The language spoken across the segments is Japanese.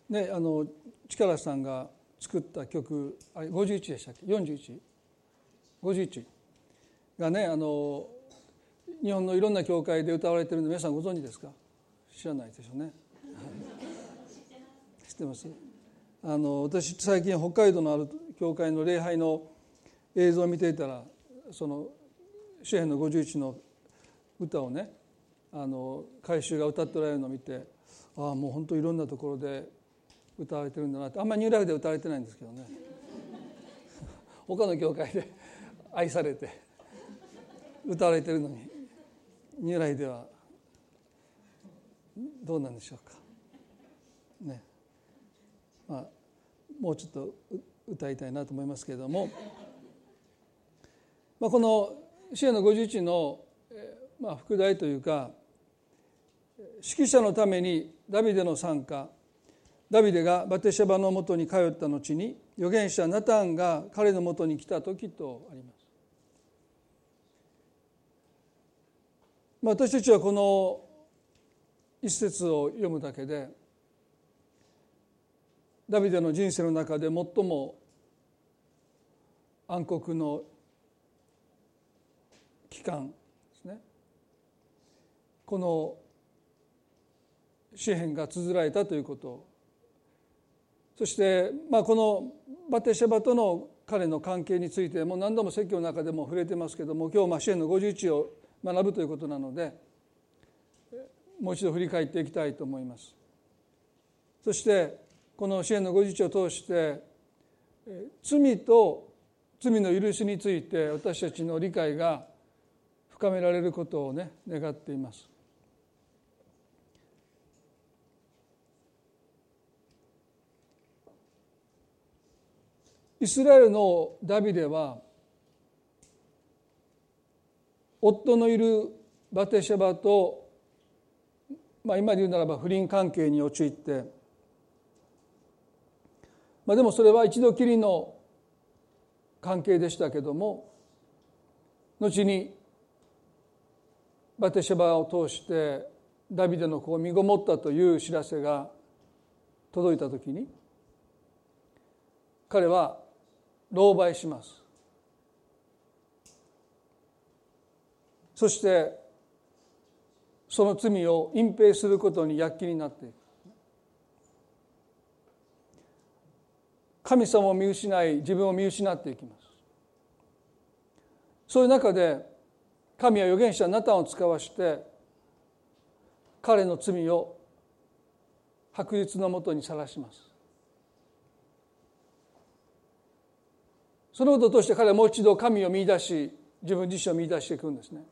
ね、力さんが作った曲、あれ51でしたっけ、41?51 がね、日本のいろんな教会で歌われているの皆さんご存知ですか？知らないでしょうね。知ってます？私最近北海道のある教会の礼拝の映像を見ていたら、その詩編の51の歌をね、改宗が歌っておられるのを見て、もう本当いろんなところで歌われてるんだなって。あんまりニューライフで歌われてないんですけどね他の教会で愛されて歌われてるのに、ニューライフではどうなんでしょうかね。もうちょっと歌いたいなと思いますけれども、この詩篇の51の副題というか、指揮者のためにダビデの参加。ダビデがバテシェバのもとに通った後に、預言者ナタンが彼のもとに来た時とあります。私たちはこの一節を読むだけで、ダビデの人生の中で最も暗黒の期間ですね、この詩篇が綴られたということ、そしてこのバテシェバとの彼の関係についても何度も説教の中でも触れてますけども、今日詩篇の51を学ぶということなので、もう一度振り返っていきたいと思います。そしてこの詩篇の51を通して、罪と罪の許しについて私たちの理解が深められることをね、願っています。イスラエルのダビデは、夫のいるバテシェバと、今で言うならば不倫関係に陥って、でもそれは一度きりの関係でしたけども、後にバテシェバを通してダビデの子を身ごもったという知らせが届いたときに、彼は狼狽します。そしてその罪を隠蔽することに躍起になっていく。神様を見失い、自分を見失っていきます。そういう中で神は預言者ナタンを使わして彼の罪を白日のもとにさらします。そのことを通して彼はもう一度神を見出し、自分自身を見出していくんですね。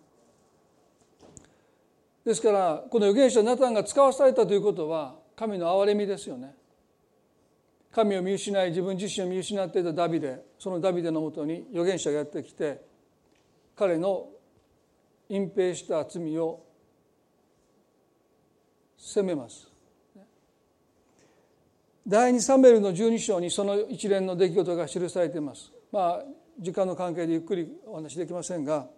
ですからこの預言者ナタンが使わされたということは神の憐れみですよね。神を見失い、自分自身を見失っていたダビデ、そのダビデのもとに預言者がやってきて、彼の隠蔽した罪を責めます。第2サムエルの12章にその一連の出来事が記されています。時間の関係でゆっくりお話できませんが、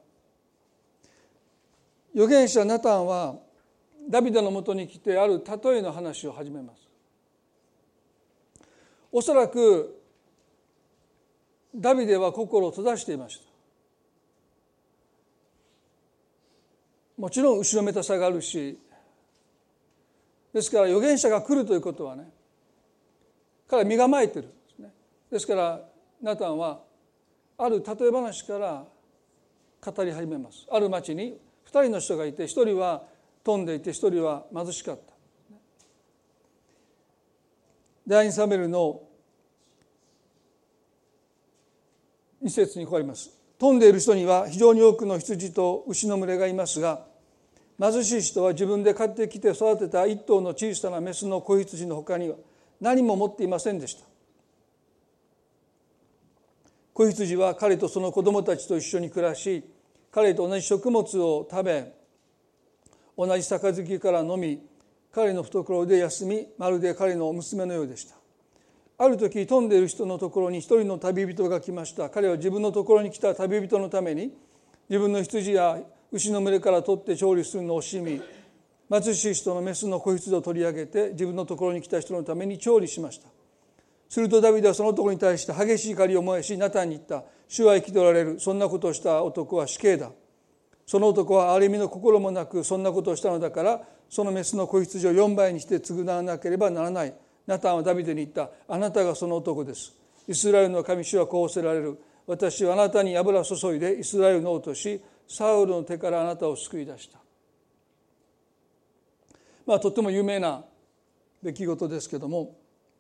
預言者ナタンはダビデのもとに来てある例えの話を始めます。おそらくダビデは心を閉ざしていました。もちろん後ろめたさがあるし、ですから預言者が来るということはね、彼は身構えているんですね。ですからナタンはある例え話から語り始めます。ある町に2人の人がいて、1人は富んでいて1人は貧しかった。第2サムエルの2節にこうあります。富んでいる人には非常に多くの羊と牛の群れがいますが、貧しい人は自分で買ってきて育てた一頭の小さなメスの子羊の他には何も持っていませんでした。子羊は彼とその子供たちと一緒に暮らし、彼と同じ食物を食べ、同じ杯から飲み、彼の懐で休み、まるで彼の娘のようでした。ある時、富んでいる人のところに一人の旅人が来ました。彼は自分のところに来た旅人のために自分の羊や牛の群れから取って調理するのを惜しみ、 貧しい人のメスの子羊を取り上げて自分のところに来た人のために調理しました。するとダビデはその男に対して激しい怒りを燃やし、ナタンに言った。主は生きておられる。そんなことをした男は死刑だ。その男は憐れみの心もなくそんなことをしたのだから、そのメスの子羊を4倍にして償わなければならない。ナタンはダビデに言った。あなたがその男です。イスラエルの神主はこうおせられる。私はあなたに油を注いでイスラエルの王とし、サウルの手からあなたを救い出した。とっても有名な出来事ですけども、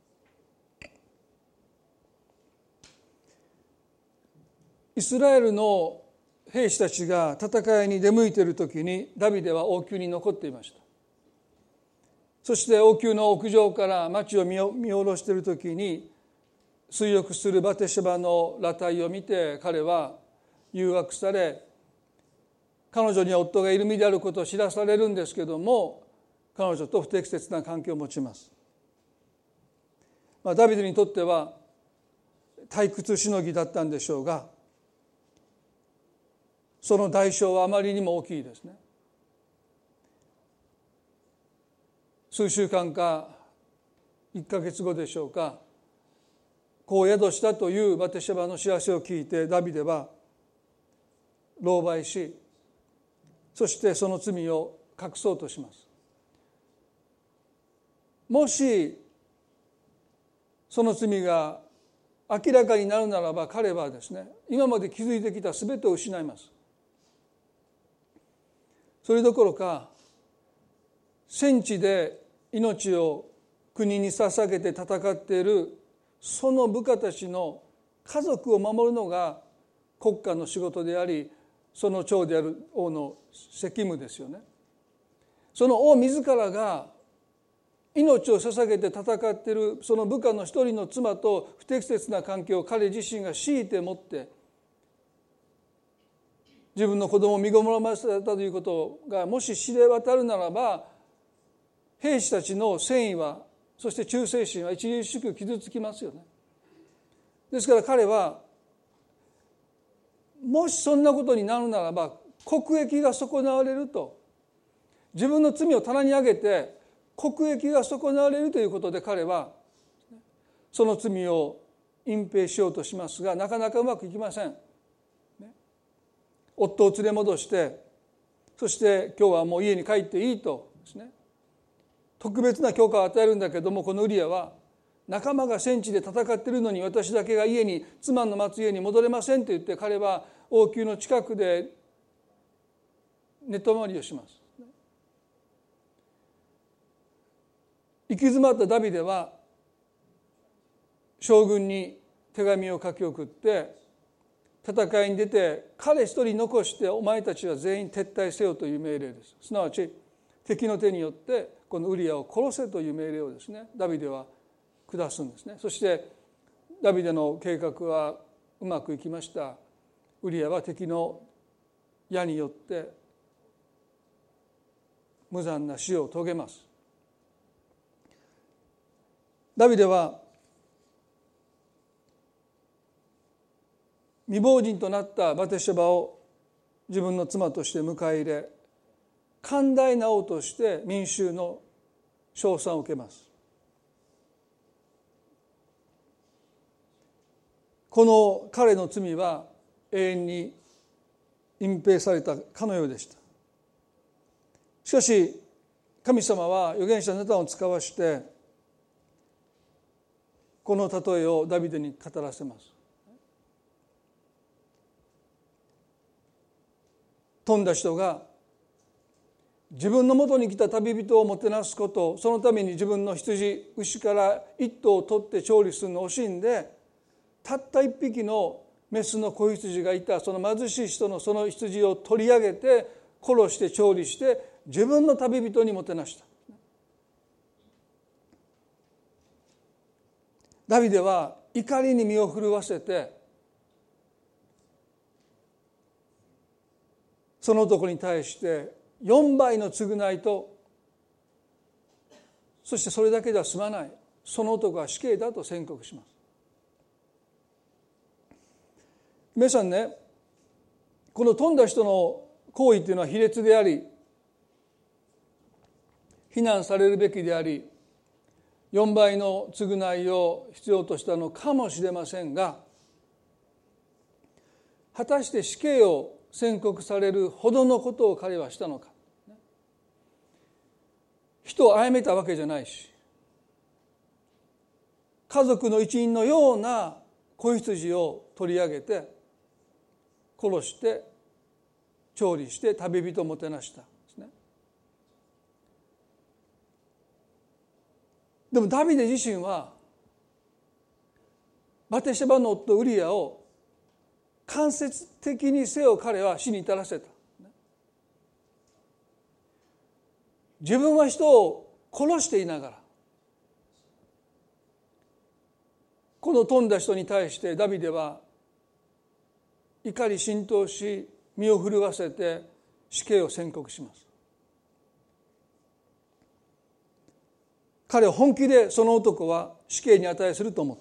イスラエルの兵士たちが戦いに出向いている時にダビデは王宮に残っていました。そして王宮の屋上から町を見下ろしている時に水浴するバテシェバの裸体を見て彼は誘惑され、彼女には夫がいる身であることを知らされるんですけども、彼女と不適切な関係を持ちます。ダビデにとっては退屈しのぎだったんでしょうが、その代償はあまりにも大きいですね。数週間か1ヶ月後でしょうか、子を宿したというバテシェバの知らせを聞いてダビデは狼狽し、そしてその罪を隠そうとします。もしその罪が明らかになるならば、彼はですね、今まで築いてきた全てを失います。それどころか戦地で命を国に捧げて戦っているその部下たちの家族を守るのが国家の仕事であり、その長である王の責務ですよね。その王自らが命を捧げて戦っているその部下の一人の妻と不適切な関係を彼自身が強いて持って自分の子供を身ごもらませたということがもし知れ渡るならば、兵士たちの戦意は、そして忠誠心は著しく傷つきますよね。ですから彼はもしそんなことになるならば国益が損なわれると、自分の罪を棚に上げて国益が損なわれるということで彼はその罪を隠蔽しようとしますが、なかなかうまくいきません。夫を連れ戻して、そして今日はもう家に帰っていいとですね、特別な許可を与えるんだけども、このウリアは仲間が戦地で戦っているのに私だけが家に、妻の待つ家に戻れませんと言って、彼は王宮の近くで寝泊まりをします。行き詰まったダビデは将軍に手紙を書き送って戦いに出て、彼一人残してお前たちは全員撤退せよという命令です。すなわち敵の手によってこのウリアを殺せという命令をですね、ダビデは下すんですね。そしてダビデの計画はうまくいきました。ウリアは敵の矢によって無残な死を遂げます。ダビデは未亡人となったバテシェバを自分の妻として迎え入れ、寛大な王として民衆の称賛を受けます。この彼の罪は永遠に隠蔽されたかのようでした。しかし神様は預言者ナタンを使わしてこの例えをダビデに語らせます。富んだ人が自分のもとに来た旅人をもてなすこと、そのために自分の羊、牛から一頭を取って調理するのを惜しんで、たった一匹のメスの子羊がいたその貧しい人のその羊を取り上げて殺して調理して自分の旅人にもてなした。ダビデは怒りに身を震わせてその男に対して4倍の償いと、そしてそれだけでは済まない、その男は死刑だと宣告します。皆さんね、この富んだ人の行為というのは卑劣であり、 非難されるべきであり、4倍の償いを必要としたのかもしれませんが、果たして死刑を宣告されるほどのことを彼はしたのか。人を殺めたわけじゃないし、家族の一員のような子羊を取り上げて殺して調理して旅人をもてなしたんですね。でもダビデ自身はバテシェバの夫ウリアを間接的にせよ彼は死に至らせた。自分は人を殺していながら、この富んだ人に対してダビデは怒り心頭し、身を震わせて死刑を宣告します。彼は本気でその男は死刑に値すると思った。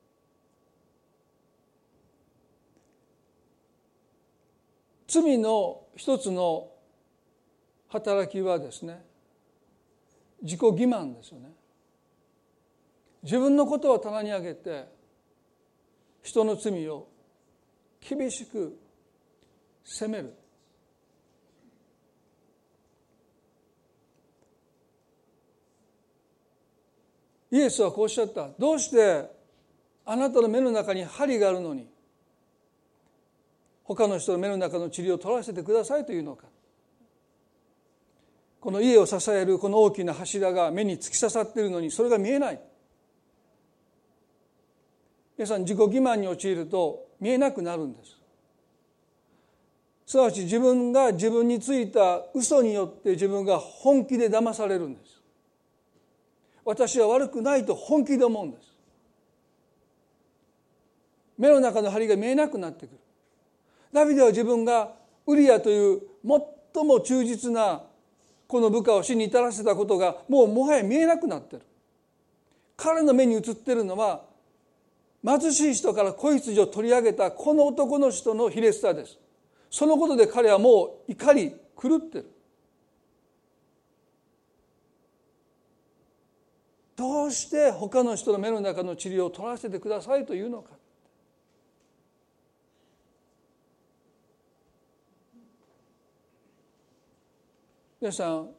罪の一つの働きはですね、自己欺瞞ですよね。自分のことを棚に上げて人の罪を厳しく責める。イエスはこうおっしゃった。どうしてあなたの目の中に針があるのに他の人の目の中の塵を取らせてくださいというのか。この家を支えるこの大きな柱が目に突き刺さっているのにそれが見えない。皆さん、自己欺瞞に陥ると見えなくなるんです。すなわち自分が自分についた嘘によって自分が本気で騙されるんです。私は悪くないと本気で思うんです。目の中の針が見えなくなってくる。ダビデは自分がウリアという最も忠実なこの部下を死に至らせたことがもはや見えなくなっている。彼の目に映っているのは貧しい人から子羊を取り上げたこの男の人の卑劣さです。そのことで彼はもう怒り狂っている。どうして他の人の目の中の塵を取らせてくださいというのか。皆さん、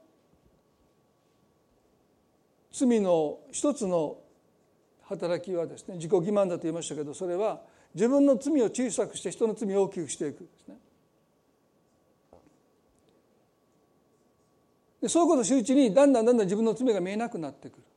罪の一つの働きはですね、自己欺瞞だと言いましたけど、それは自分の罪を小さくして人の罪を大きくしていくんですね。でそういうことをするうちにだんだん自分の罪が見えなくなってくる。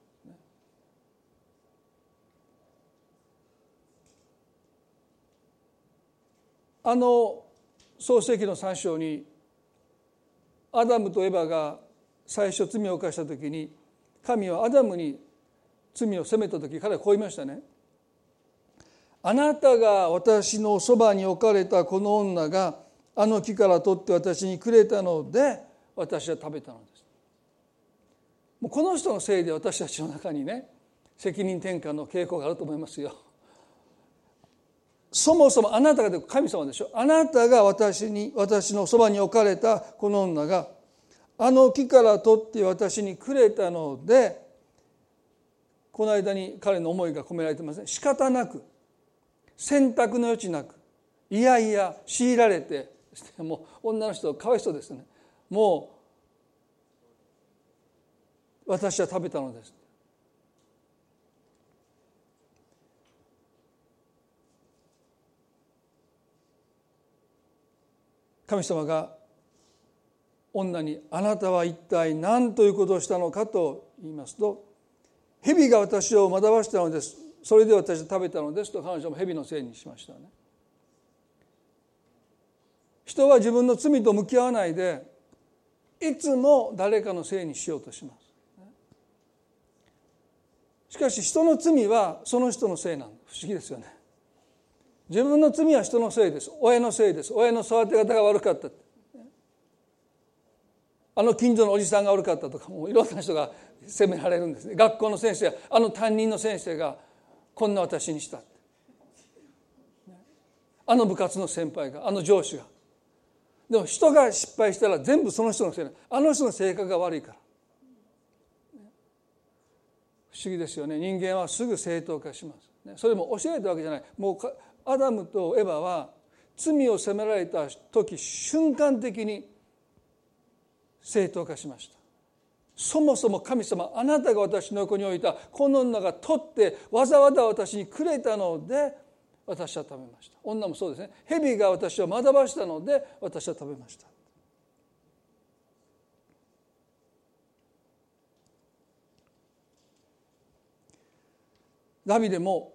創世記の3章にアダムとエバが最初罪を犯した時に、神はアダムに罪を責めた時、彼はこう言いましたね。あなたが私のそばに置かれたこの女があの木から取って私にくれたので私は食べたのです。もうこの人のせいで私たちの中にね、責任転嫁の傾向があると思いますよ。そもそもあなたが神様でしょ。あなたが私のそばに置かれたこの女があの木から取って私にくれたので、この間に彼の思いが込められてますね。仕方なく、選択の余地なく、いやいや強いられて、もう女の人かわいそうですね。もう私は食べたのです。神様が女にあなたは一体何ということをしたのかと言いますと、蛇が私を惑わしたのです、それで私は食べたのですと彼女も蛇のせいにしましたね。人は自分の罪と向き合わないでいつも誰かのせいにしようとします。しかし人の罪はその人のせいなんです。不思議ですよね。自分の罪は人のせいです。親のせいです。親の育て方が悪かった。近所のおじさんが悪かったとか、もういろんな人が責められるんですね。学校の先生、担任の先生がこんな私にした。部活の先輩が、上司が。でも人が失敗したら全部その人のせいな。人の性格が悪いから。 不思議ですよね。人間はすぐ正当化します。それも教えたわけじゃない。もうアダムとエバは罪を責められた時、瞬間的に正当化しました。そもそも神様、あなたが私の横に置いたこの女が取ってわざわざ私にくれたので私は食べました。女もそうですね。蛇が私を惑わしたので私は食べました。ダビデも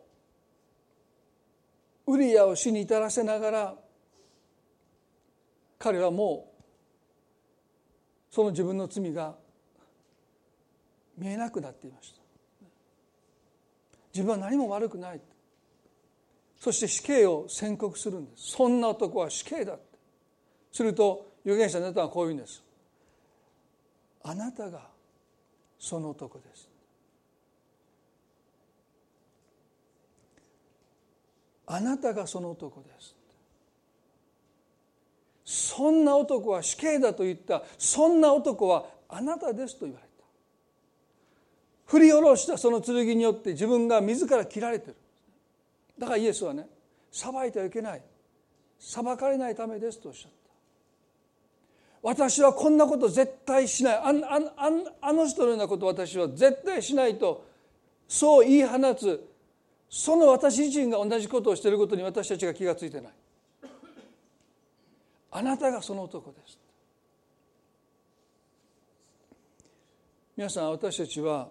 ウリヤを死に至らせながら、彼はもうその自分の罪が見えなくなっていました。自分は何も悪くない。そして死刑を宣告するんです。そんな男は死刑だって。すると預言者ナタンはこう言うんです。あなたがその男です。あなたがその男です。そんな男は死刑だと言った。そんな男はあなたですと言われた。振り下ろしたその剣によって自分が自ら切られている。だからイエスはね、裁いてはいけない、裁かれないためですとおっしゃった。私はこんなこと絶対しない、あの人のようなことを私は絶対しないと、そう言い放つ、その私自身が同じことをしていることに私たちが気がついてない。あなたがその男です。皆さん、私たちは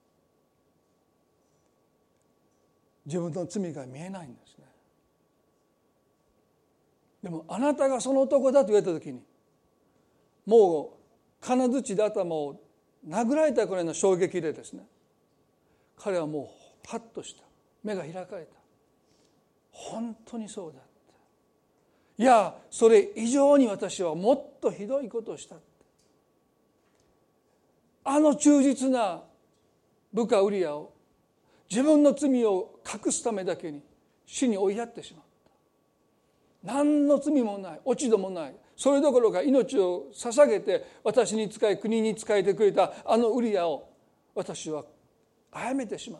自分の罪が見えないんですね。でもあなたがその男だと言われた時に、もう金槌で頭を殴られたくらいの衝撃でですね、彼はもうハッとした。目が開かれた。本当にそうだって。いや、それ以上に私はもっとひどいことをしたって。あの忠実な部下ウリヤを自分の罪を隠すためだけに死に追いやってしまった。何の罪もない、落ち度もない、それどころか命を捧げて私に仕え、国に仕えてくれたあのウリヤを私は殺めてしまった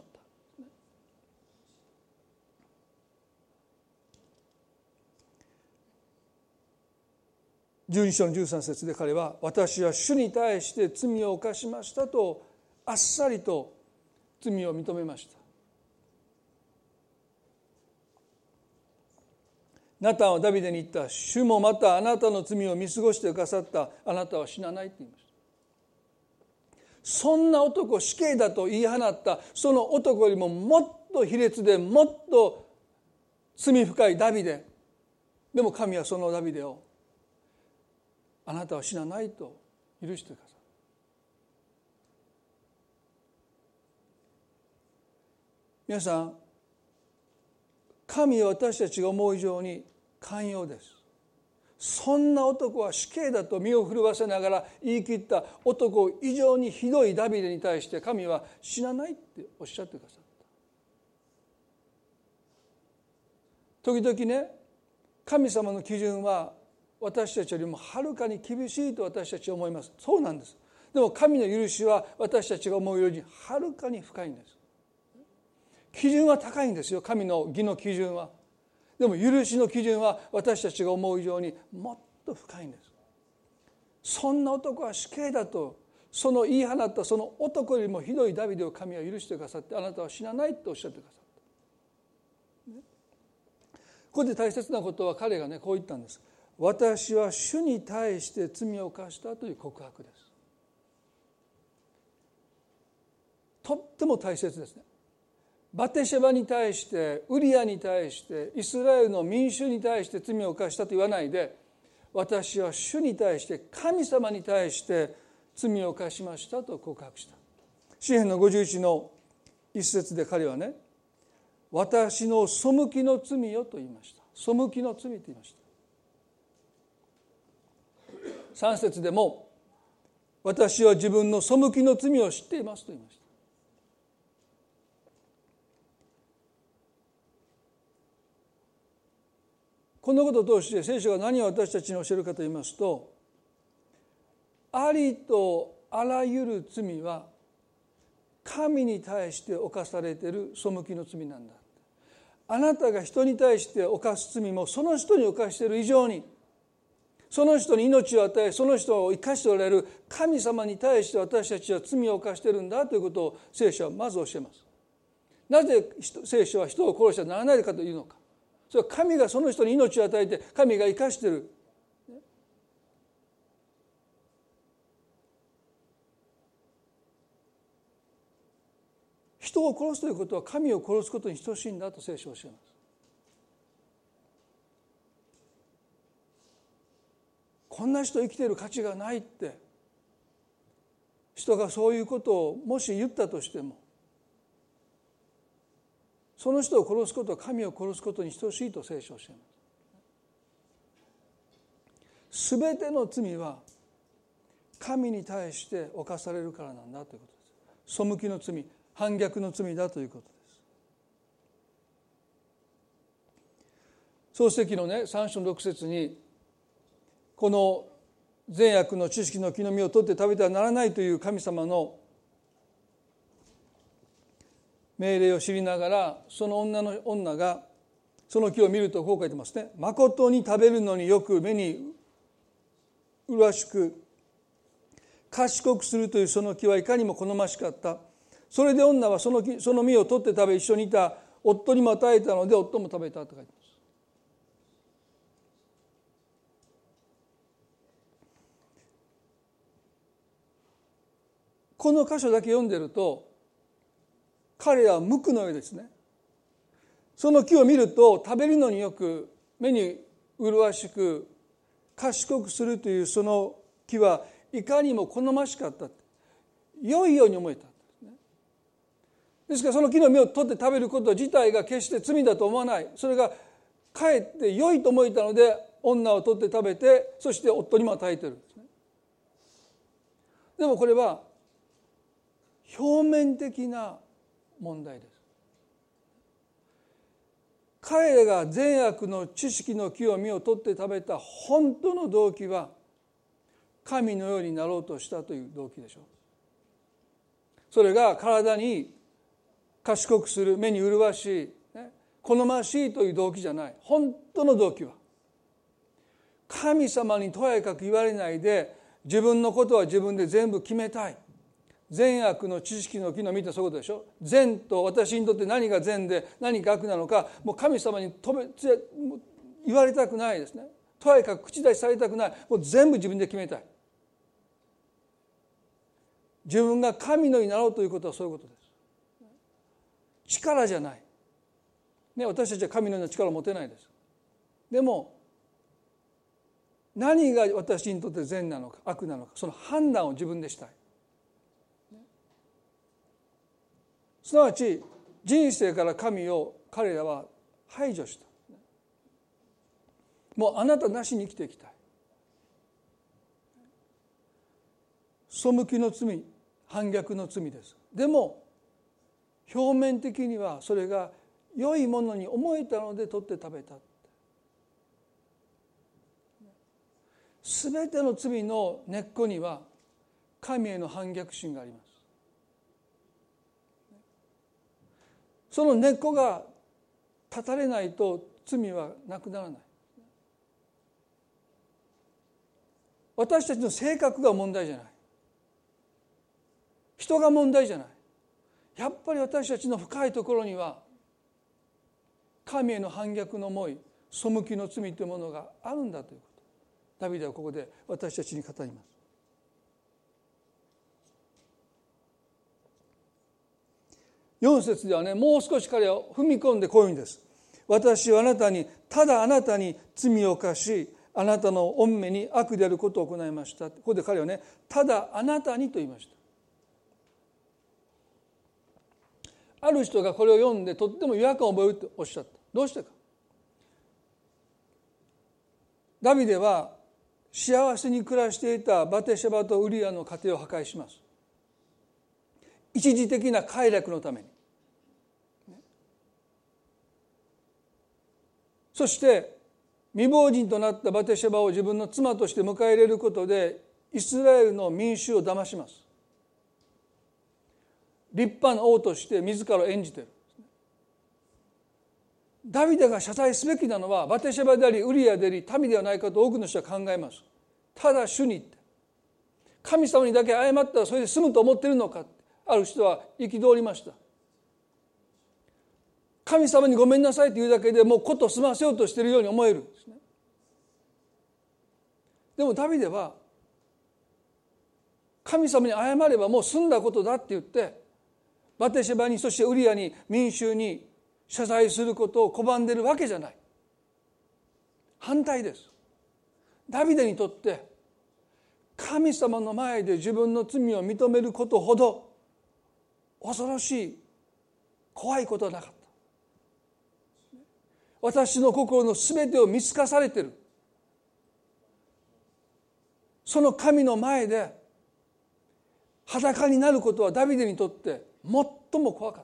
。12章の13節で彼は、私は主に対して罪を犯しましたとあっさりと罪を認めました。ナタンはダビデに言った。主もまたあなたの罪を見過ごしてくださった。あなたは死なないって言いました。そんな男、死刑だと言い放ったその男よりももっと卑劣でもっと罪深いダビデ。でも神はそのダビデをあなたは死なないと許してください。皆さん、神は私たちが思う以上に寛容です。そんな男は死刑だと身を震わせながら言い切った男以上にひどいダビデに対して神は死なないっておっしゃってくださった。時々ね、神様の基準は私たちよりもはるかに厳しいと私たちは思います。そうなんです。でも神の許しは私たちが思うよりはるかに深いんです。基準は高いんですよ、神の義の基準は。でも許しの基準は私たちが思う以上にもっと深いんです。そんな男は死刑だとその言い放ったその男よりもひどいダビデを神は許してくださって、あなたは死なないとおっしゃってくださった。ここで大切なことは彼がね、こう言ったんです。私は主に対して罪を犯したという告白です。とっても大切ですね。バテシェバに対して、ウリヤに対して、イスラエルの民衆に対して罪を犯したと言わないで、私は主に対して、神様に対して罪を犯しましたと告白した。詩編の51の一節で彼はね、私の背きの罪よと言いました。背きの罪と言いました。3節でも、私は自分の背きの罪を知っていますと言いました。このことを通して聖書が何を私たちに教えるかと言いますと、ありとあらゆる罪は神に対して犯されている背きの罪なんだ。あなたが人に対して犯す罪もその人に犯している以上に、その人に命を与えその人を生かしておられる神様に対して私たちは罪を犯しているんだということを聖書はまず教えます。なぜ聖書は人を殺してはならないかというのか。それは神がその人に命を与えて神が生かしている。人を殺すということは神を殺すことに等しいんだと聖書は教えます。こんな人生きている価値がないって人がそういうことをもし言ったとしても、その人を殺すことは神を殺すことに等しいと聖書は教えます。すべての罪は神に対して犯されるからなんだということです。背きの罪、反逆の罪だということです。創世記の3章6節にこの善悪の知識の木の実を取って食べてはならないという神様の命令を知りながら、その女がその木を見るとこう書いてますね。誠に食べるのによく目に麗しく賢くするというその木はいかにも好ましかった。それで女はその実を取って食べ、一緒にいた夫にも与えたので夫も食べたと書いてます。この箇所だけ読んでると彼らは無垢のようですね。その木を見ると食べるのによく目に麗しく賢くするというその木はいかにも好ましかった、良いように思えた。ですからその木の実を取って食べること自体が決して罪だと思わない。それがかえって良いと思えたので女を取って食べて、そして夫にも与えているんですね。でもこれは表面的な問題です。彼らが善悪の知識の木の実を取って食べた本当の動機は神のようになろうとしたという動機でしょう。それが体に賢くする、目に麗しい、好ましいという動機じゃない。本当の動機は神様にとやかく言われないで自分のことは自分で全部決めたい。善悪の知識の木の実ってそういうことでしょ。善と私にとって何が善で何が悪なのか、もう神様に言われたくないですね。とやかく口出しされたくない。もう全部自分で決めたい。自分が神のようになろうということはそういうことです。力じゃない、私たちは神のような力を持てないです。でも何が私にとって善なのか悪なのか、その判断を自分でしたい。すなわち人生から神を彼らは排除した。もうあなたなしに生きていきたい。背きの罪、反逆の罪です。でも表面的にはそれが良いものに思えたので取って食べた。すべての罪の根っこには神への反逆心があります。その根っこが断たれないと罪はなくならない。私たちの性格が問題じゃない。人が問題じゃない。やっぱり私たちの深いところには神への反逆の思い、背きの罪というものがあるんだということ、ダビデはここで私たちに語ります。4節ではもう少し彼は踏み込んでこういうんです。私はあなたに、ただあなたに罪を犯し、あなたの御目に悪であることを行いました。ここで彼はただあなたにと言いました。ある人がこれを読んでとっても違和感を覚えるとおっしゃった。どうしてか。ダビデは幸せに暮らしていたバテシェバとウリアの家庭を破壊します。一時的な快楽のために。そして未亡人となったバテシェバを自分の妻として迎え入れることでイスラエルの民衆を騙します。 立派な王として自らを演じている。ダビデが謝罪すべきなのはバテシェバでありウリアであり民ではないかと多くの人は考えます。ただ主に言って、神様にだけ謝ったらそれで済むと思っているのか、ある人は憤りました。神様にごめんなさいというだけでもう事を済ませようとしているように思えるんですね。でもダビデは神様に謝ればもう済んだことだって言って、バテシェバにそしてウリアに民衆に謝罪することを拒んでいるわけじゃない。反対です。ダビデにとって神様の前で自分の罪を認めることほど恐ろしい怖いことはなかった。私の心のすべてを見透かされている、その神の前で裸になることはダビデにとって最も怖かった。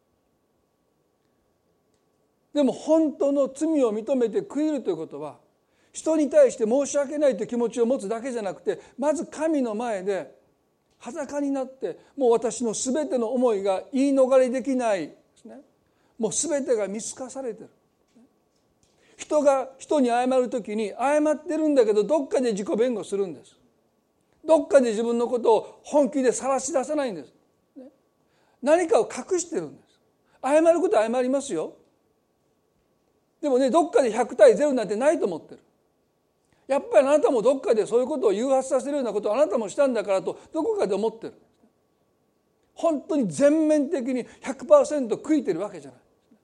でも本当の罪を認めて悔いるということは、人に対して申し訳ないという気持ちを持つだけじゃなくて、まず神の前で裸になって、もう私のすべての思いが言い逃れできないですね。もうすべてが見透かされている。人が人に謝るときに謝ってるんだけど、どっかで自己弁護するんです。どっかで自分のことを本気で晒し出さないんです。何かを隠してるんです。謝ることは謝りますよ。でもね、どっかで100対0なんてないと思ってる。やっぱりあなたもどっかでそういうことを誘発させるようなことをあなたもしたんだからとどこかで思ってる。本当に全面的に 100% 悔いてるわけじゃない。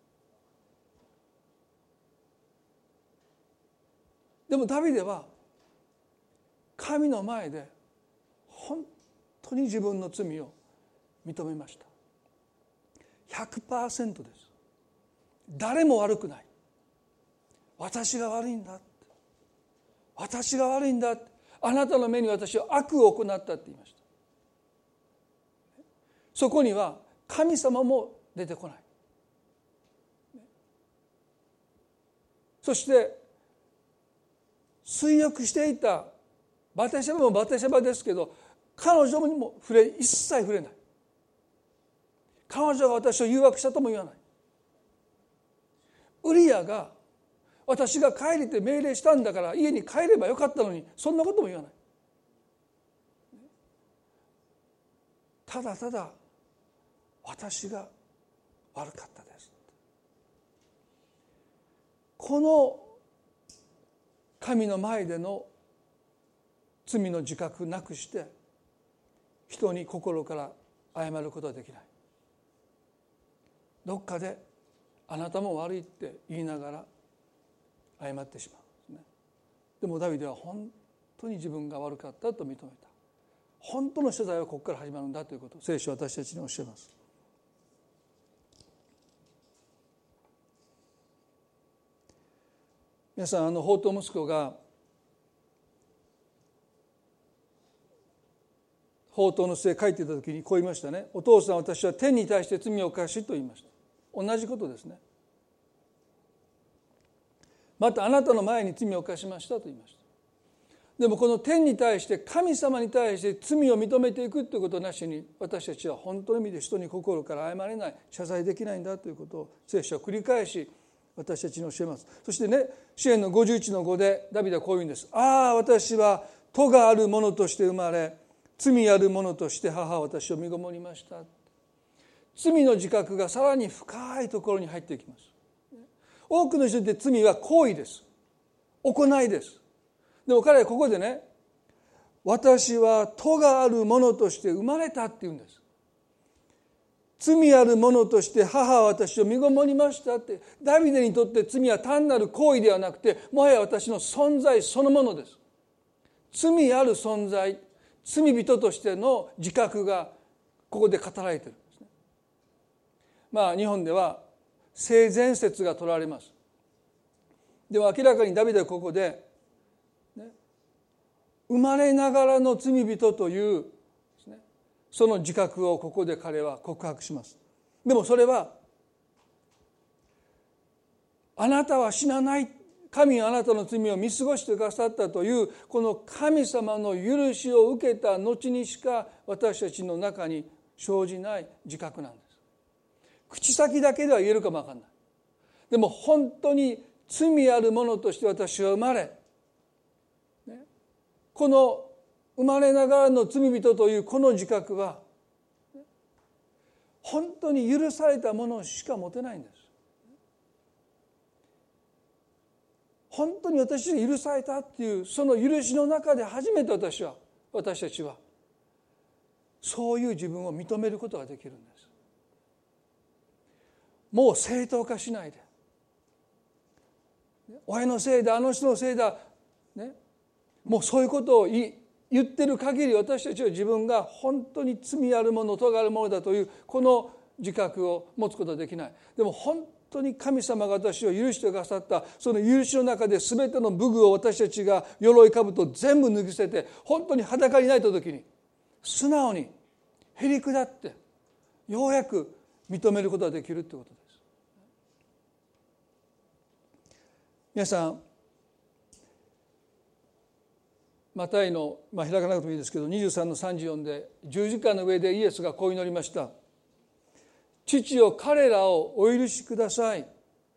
でもダビデは神の前で本当に自分の罪を認めました。 100% です。誰も悪くない。私が悪いんだ、私が悪いんだ、あなたの目に私は悪を行ったって言いました。そこには神様も出てこない。そして衰弱していたバテシェバもバテシェバですけど、彼女にも一切触れない。彼女が私を誘惑したとも言わない。ウリアが私が帰れて命令したんだから家に帰ればよかったのに、そんなことも言わない。ただただ私が悪かったです。この神の前での罪の自覚なくして人に心から謝ることはできない。どっかであなたも悪いって言いながら謝ってしまうんですね。でもダビデは本当に自分が悪かったと認めた。本当の謝罪はここから始まるんだということを聖書は私たちに教えます。皆さん、放蕩息子が放蕩の末書いていた時にこう言いましたね。お父さん、私は天に対して罪を犯しと言いました。同じことですね。またあなたの前に罪を犯しましたと言いました。でもこの天に対して神様に対して罪を認めていくということなしに、私たちは本当の意味で人に心から謝れない、謝罪できないんだということを聖書は繰り返し私たちに教えます。そしてね、詩篇の 51-5 でダビデはこう言うんです。ああ、私は咎がある者として生まれ、罪ある者として母は私を身ごもりました。罪の自覚がさらに深いところに入っていきます。多くの人にとって罪は行為です。行いです。でも彼はここでね、私は咎がある者として生まれたって言うんです。罪ある者として母は私を身ごもりましたって。ダビデにとって罪は単なる行為ではなくて、もはや私の存在そのものです。罪ある存在、罪人としての自覚がここで語られているんですね。日本では性善説が取られます。でも明らかにダビデはここで、生まれながらの罪人というその自覚をここで彼は告白します。でもそれはあなたは死なない、神はあなたの罪を見過ごしてくださったというこの神様の許しを受けた後にしか私たちの中に生じない自覚なんです。口先だけでは言えるかもわかんない。でも本当に罪あるものとして私は生まれ、この生まれながらの罪人というこの自覚は本当に許されたものしか持てないんです。本当に私が許されたっていうその許しの中で初めて私たちはそういう自分を認めることができるんです。もう正当化しないで、親のせいだ、あの人のせいだ、ね、もうそういうことを言ってる限り私たちは自分が本当に罪あるもの、咎あるものだというこの自覚を持つことはできない。でも本当に神様が私を許してくださったその許しの中で全ての武具を私たちが鎧兜を全部脱ぎ捨てて本当に裸になった時に素直にへり下ってようやく認めることができるということです。皆さん、マタイの、開かなくてもいいですけど23の34で十字架の上でイエスがこう祈りました。父よ、彼らをお許しください。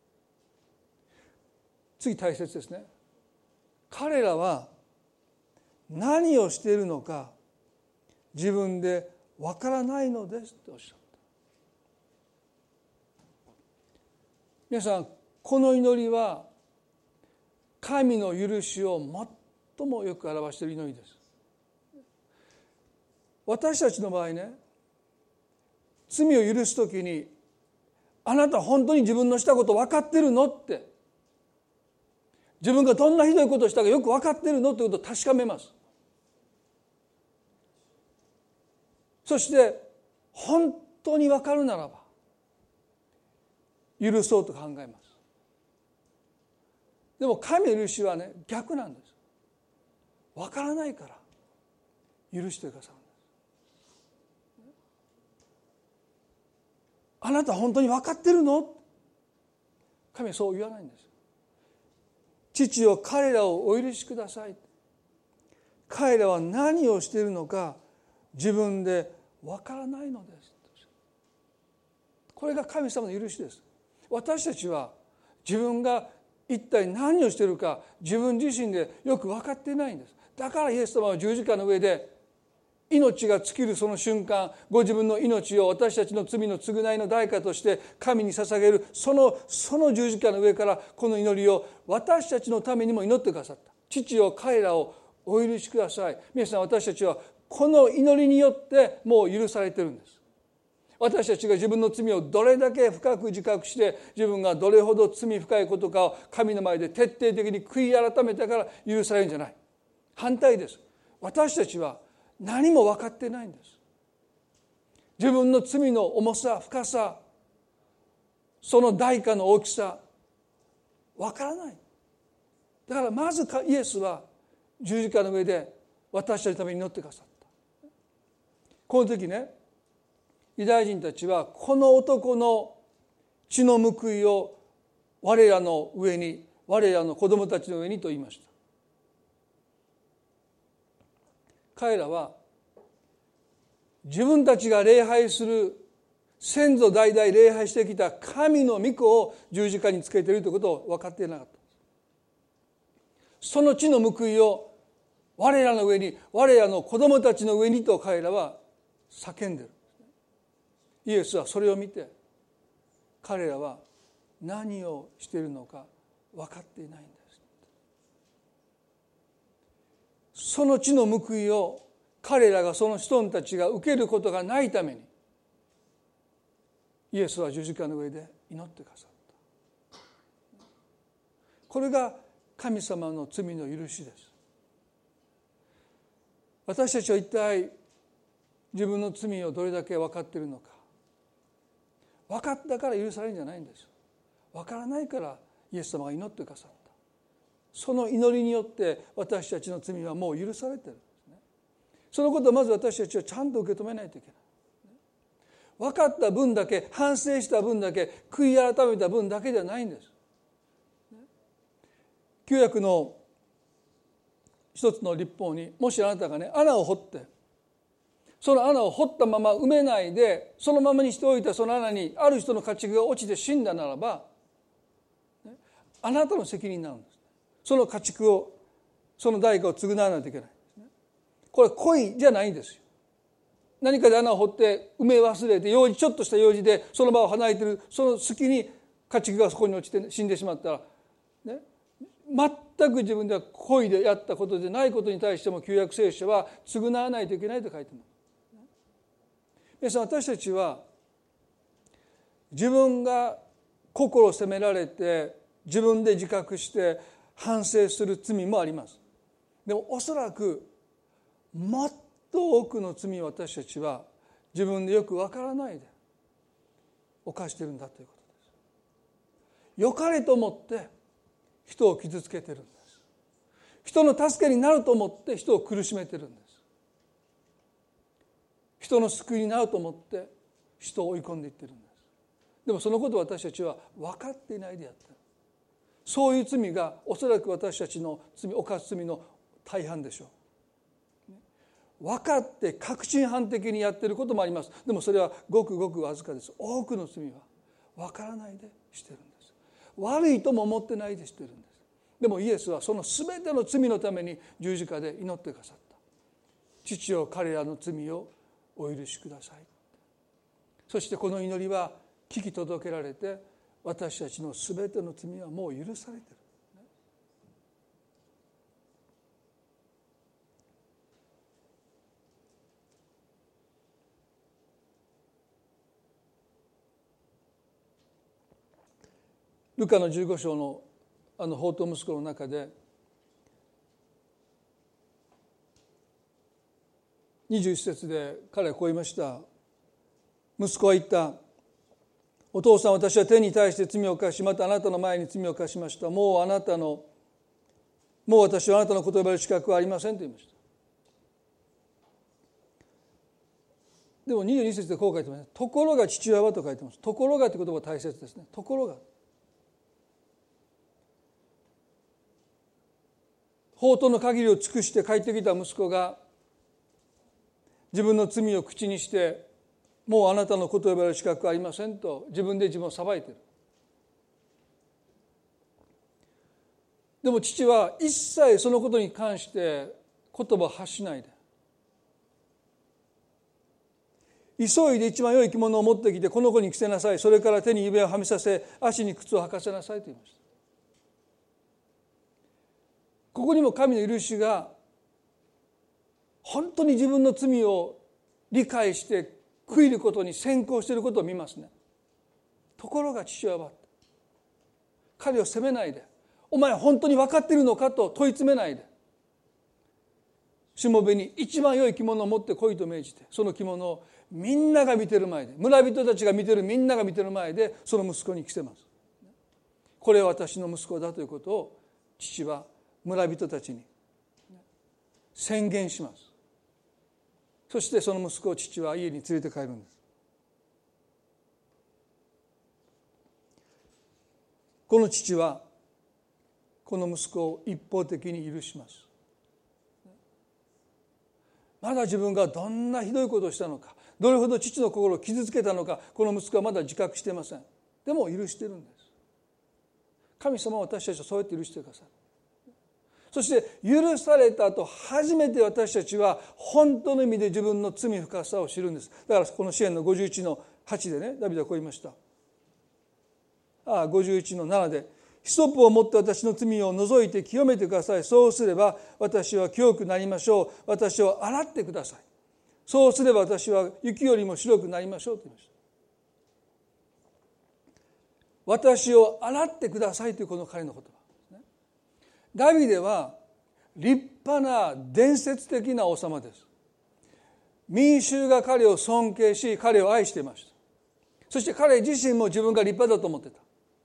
次大切ですね。彼らは何をしているのか自分でわからないのですとおっしゃった。皆さん、この祈りは神の許しを最もよく表している祈りです。私たちの場合ね、罪を許すときにあなた本当に自分のしたこと分かってるのって、自分がどんなひどいことをしたかよく分かってるのということを確かめます。そして本当に分かるならば許そうと考えます。でも神の許しはね、逆なんです。分からないから許してくださるんです。あなた本当に分かってるの？神はそう言わないんです。父よ、彼らをお許しください。彼らは何をしているのか自分で分からないのです。これが神様の許しです。私たちは自分が一体何をしているか自分自身でよく分かっていないんです。だからイエス様は十字架の上で命が尽きるその瞬間、ご自分の命を私たちの罪の償いの代価として神に捧げるその十字架の上からこの祈りを私たちのためにも祈ってくださった。父よ、彼らをお許しください。皆さん、私たちはこの祈りによってもう許されているんです。私たちが自分の罪をどれだけ深く自覚して自分がどれほど罪深いことかを神の前で徹底的に悔い改めたから許されるんじゃない。反対です。私たちは何も分かってないんです。自分の罪の重さ、深さ、その代価の大きさ分からない。だからまずイエスは十字架の上で私たちのために祈ってくださった。この時ね、ユダヤ人たちはこの男の血の報いを我らの上に、我らの子供たちの上にと言いました。彼らは自分たちが礼拝する先祖代々礼拝してきた神の御子を十字架につけているということを分かっていなかった。その血の報いを我らの上に、我らの子供たちの上にと彼らは叫んでいる。イエスはそれを見て彼らは何をしているのか分かっていないんです。その地の報いを彼らが、その人たちが受けることがないためにイエスは十字架の上で祈ってくださった。これが神様の罪の許しです。私たちは一体自分の罪をどれだけ分かっているのか。分かったから許されるんじゃないんです。分からないからイエス様が祈ってくださった。その祈りによって私たちの罪はもう許されているんですね。そのことをまず私たちはちゃんと受け止めないといけない。分かった分だけ、反省した分だけ、悔い改めた分だけではないんです。旧約の一つの律法に、もしあなたがね、穴を掘ってその穴を掘ったまま埋めないでそのままにしておいたその穴にある人の家畜が落ちて死んだならば、あなたの責任になるんです。その家畜を、その代価を償わないといけない。これ故意じゃないんですよ。何かで穴を掘って埋め忘れてちょっとした用事でその場を離れているその隙に家畜がそこに落ちて死んでしまったら、ね、全く自分では故意でやったことでないことに対しても旧約聖書は償わないといけないと書いてます。皆さん、私たちは自分が心を責められて自分で自覚して反省する罪もあります。でもおそらくもっと多くの罪を私たちは自分でよくわからないで犯しているんだということです。良かれと思って人を傷つけているんです。人の助けになると思って人を苦しめているんです。人の救いになると思って人を追い込んでいっているんです。でもそのことを私たちは分かっていないでやっている。そういう罪がおそらく私たちの犯す罪の大半でしょう。分かって確信犯的にやっていることもあります。でもそれはごくごくわずかです。多くの罪は分からないでしているんです。悪いとも思ってないでしているんです。でもイエスはその全ての罪のために十字架で祈ってくださった。父よ、彼らの罪をお許しください。そしてこの祈りは聞き届けられて、私たちのすべての罪はもう許されている。ルカの15章の放蕩息子の中で21節で彼はこう言いました。息子は言った。お父さん、私は天に対して罪を犯し、またあなたの前に罪を犯しました。もう私はあなたのことを呼ばれる資格はありませんと言いました。でも22節でこう書いてます。ところが父親はと書いてます。ところがという言葉が大切ですね。ところが。法との限りを尽くして帰ってきた息子が自分の罪を口にして、もうあなたのことを呼ばれる資格はありませんと自分で自分を裁いている。でも父は一切そのことに関して言葉を発しないで、急いで一番良い着物を持ってきてこの子に着せなさい、それから手に指輪をはめさせ足に靴を履かせなさいと言いました。ここにも神の許しが本当に自分の罪を理解して悔いることに先行していることを見ますね。ところが父親は彼を責めないで、お前本当に分かっているのかと問い詰めないで、しもべに一番良い着物を持って来いと命じて、その着物をみんなが見てる前で、村人たちが見てる、みんなが見てる前でその息子に着せます。これは私の息子だということを父は村人たちに宣言します。そしてその息子を父は家に連れて帰るんです。この父はこの息子を一方的に許します。まだ自分がどんなひどいことをしたのか、どれほど父の心を傷つけたのか、この息子はまだ自覚していません。でも許しているんです。神様は私たちをそうやって許してくださる。そして許された後初めて私たちは本当の意味で自分の罪深さを知るんです。だからこの詩篇の51の8でね、ダビデはこう言いました。51の7で、ヒソプを持って私の罪を除いて清めてください。そうすれば私は清くなりましょう。私を洗ってください。そうすれば私は雪よりも白くなりましょうと言いました。私を洗ってくださいというこの彼の言葉。ダビデは立派な伝説的な王様です。民衆が彼を尊敬し、彼を愛していました。そして彼自身も自分が立派だと思ってた。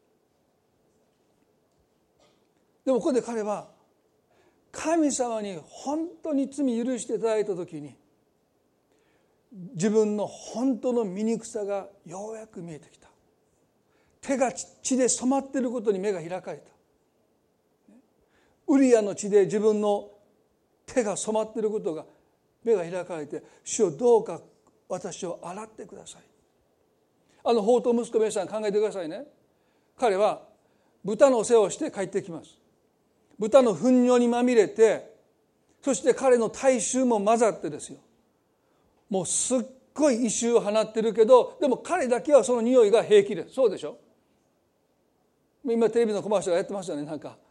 でもここで彼は神様に本当に罪許していただいたときに、自分の本当の醜さがようやく見えてきた。手が血で染まっていることに目が開かれた。ウリアの血で自分の手が染まっていることが目が開かれて、主よどうか私を洗ってください。放蕩息子、皆さん考えてくださいね。彼は豚の世話をして帰ってきます。豚の糞尿にまみれて、そして彼の体臭も混ざってですよ、もうすっごい異臭を放ってるけど、でも彼だけはその匂いが平気です。そうでしょ。今テレビのコマーシャルやってますよね。なんか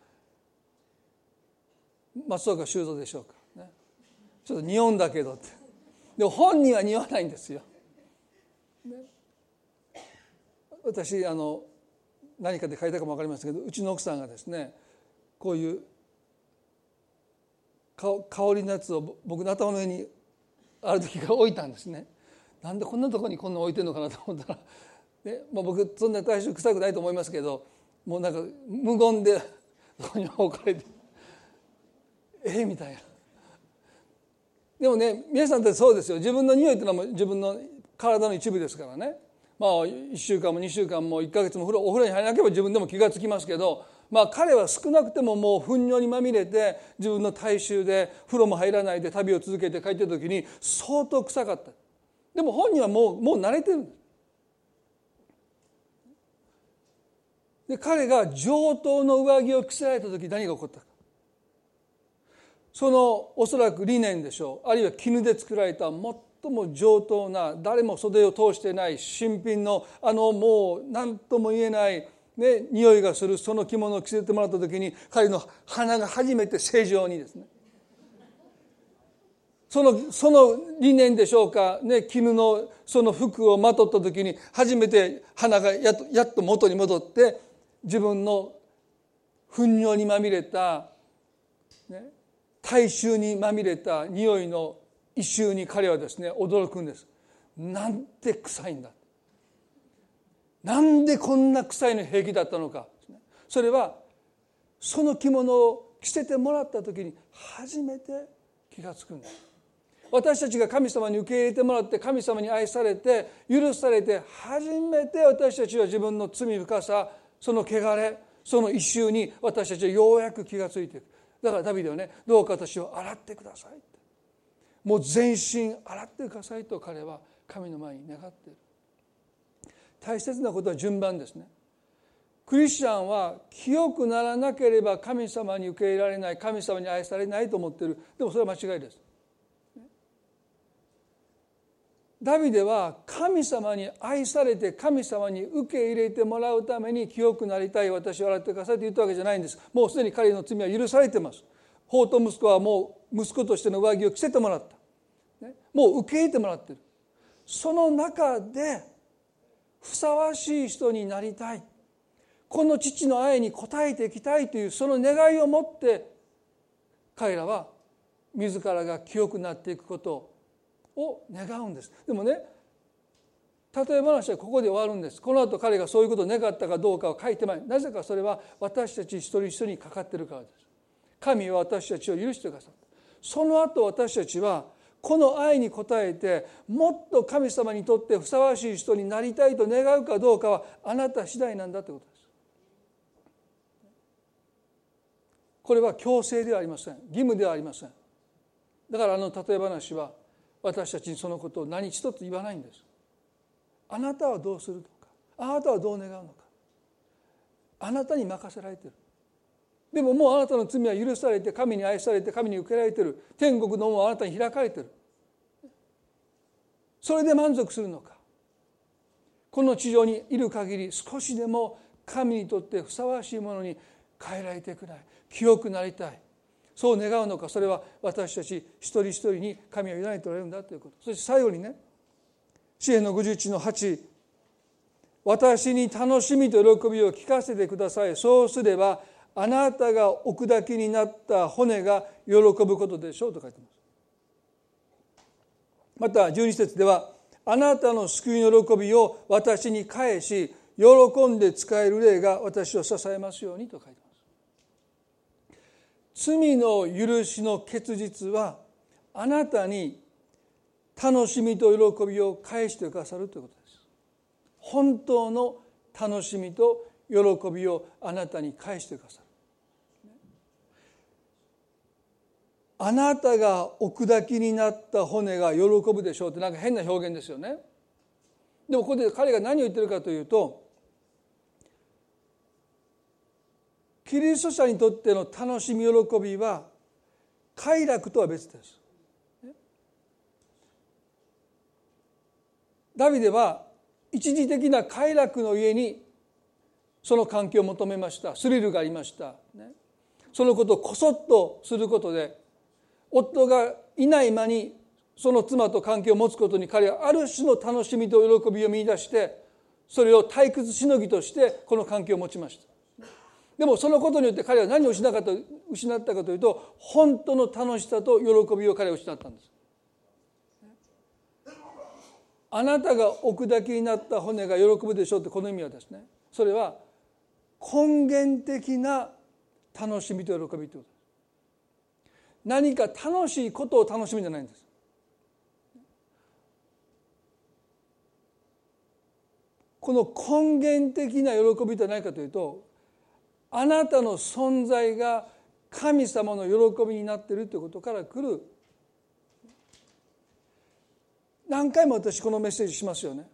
松岡修造でしょうか、ね、ちょっと匂うんだけどって。でも本人は匂わないんですよ、ね、私何かで書いたかも分かりませんけど、うちの奥さんがですね、こういう香りのやつを僕の頭の上にある時から置いたんですね。なんでこんなところにこんな置いてるのかなと思ったら、ね、僕そんな大して臭くないと思いますけど、もうなんか無言でそこに置かれてみたいな。でもね、皆さんってそうですよ。自分の匂いっていうのは自分の体の一部ですからね。1週間も2週間も1ヶ月もお風呂に入らなければ自分でも気がつきますけど、彼は少なくてももう糞尿にまみれて、自分の体臭で風呂も入らないで旅を続けて帰ってる時に相当臭かった。でも本人はもう慣れてるんです。で、彼が上等の上着を着せられた時、何が起こったか。そのおそらくリネンでしょう、あるいは絹で作られた最も上等な、誰も袖を通してない新品のもう何とも言えないね、匂いがするその着物を着せてもらった時に、彼の鼻が初めて正常にですね、その理念でしょうかね、絹のその服をまとった時に初めて鼻がやっと元に戻って、自分の糞尿にまみれた、ね、体臭にまみれた匂いの異臭に彼はですね、驚くんです。なんて臭いんだ、なんでこんな臭いの平気だったのか。それはその着物を着せてもらった時に初めて気がつくんです。私たちが神様に受け入れてもらって、神様に愛されて許されて、初めて私たちは自分の罪深さ、その汚れ、その異臭に私たちはようやく気がついていく。だからダビデはね、どうか私を洗ってください、もう全身洗ってくださいと彼は神の前に願っている。大切なことは順番ですね。クリスチャンは清くならなければ神様に受け入れられない、神様に愛されないと思っている。でもそれは間違いです。ダビデは神様に愛されて、神様に受け入れてもらうために、清くなりたい、私を洗ってくださいと言ったわけじゃないんです。もうすでに彼の罪は許されています。放蕩息子はもう息子としての上着を着せてもらった、もう受け入れてもらっている。その中でふさわしい人になりたい、この父の愛に応えていきたいというその願いを持って、彼らは自らが清くなっていくことを願うんです。でもね、例え話はここで終わるんです。この後彼がそういうことを願ったかどうかは書いてない。なぜかそれは私たち一人一人にかかっているからです。神は私たちを許してくださった。その後私たちはこの愛に応えて、もっと神様にとってふさわしい人になりたいと願うかどうかはあなた次第なんだということです。これは強制ではありません。義務ではありません。だから例え話は私たちにそのことを何一つ言わないんです。あなたはどうするのか、あなたはどう願うのか、あなたに任せられている。でももうあなたの罪は許されて、神に愛されて、神に受けられている。天国の門はあなたに開かれている。それで満足するのか、この地上にいる限り少しでも神にとってふさわしいものに変えられていくない、清くなりたい、そう願うのか。それは私たち一人一人に神は委ねておられるんだということ。そして最後にね、詩編の51の8、私に楽しみと喜びを聞かせてください。そうすればあなたが置くだけになった骨が喜ぶことでしょうと書いています。また12節では、あなたの救いの喜びを私に返し、喜んで使える霊が私を支えますようにと書いています。罪の許しの結実はあなたに楽しみと喜びを返してくださるということです。本当の楽しみと喜びをあなたに返してくださる。 あなたがお砕きになった骨が喜ぶでしょうってなんか変な表現ですよね。でもここで彼が何を言ってるかというと、キリスト者にとっての楽しみ喜びは快楽とは別です。ダビデは一時的な快楽のゆえにその関係を求めました。スリルがありました。そのことをこそっとすることで、夫がいない間にその妻と関係を持つことに彼はある種の楽しみと喜びを見出して、それを退屈しのぎとしてこの関係を持ちました。でもそのことによって彼は何を失ったかというと、本当の楽しさと喜びを彼は失ったんです。あなたがお砕きになった骨が喜ぶでしょうって、この意味はですね、それは根源的な楽しみと喜びということです。何か楽しいことを楽しみじゃないんです。この根源的な喜びとは何かというと、あなたの存在が神様の喜びになっているということから来る。何回も私このメッセージしますよね。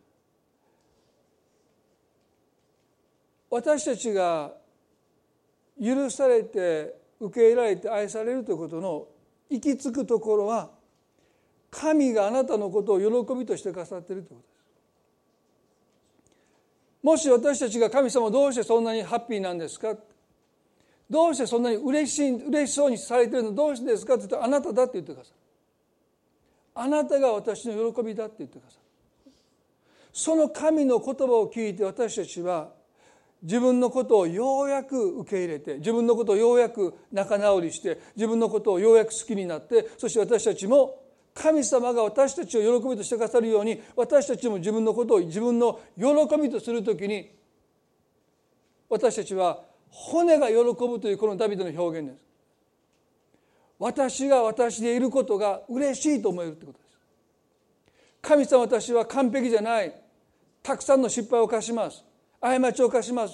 私たちが許されて受け入れられて愛されるということの行き着くところは、神があなたのことを喜びとしてくださっているということです。もし私たちが神様どうしてそんなにハッピーなんですか、どうしてそんなに嬉しそうにされているのどうしてですかと言うと、あなただって言ってください。あなたが私の喜びだって言ってください。その神の言葉を聞いて、私たちは自分のことをようやく受け入れて、自分のことをようやく仲直りして、自分のことをようやく好きになって、そして私たちも神様が私たちを喜びとしてくださるように、私たちも自分のことを自分の喜びとするときに、私たちは骨が喜ぶというこのダビデの表現です。私が私でいることが嬉しいと思えるということです。神様、私は完璧じゃない。たくさんの失敗を犯します。過ちを犯します。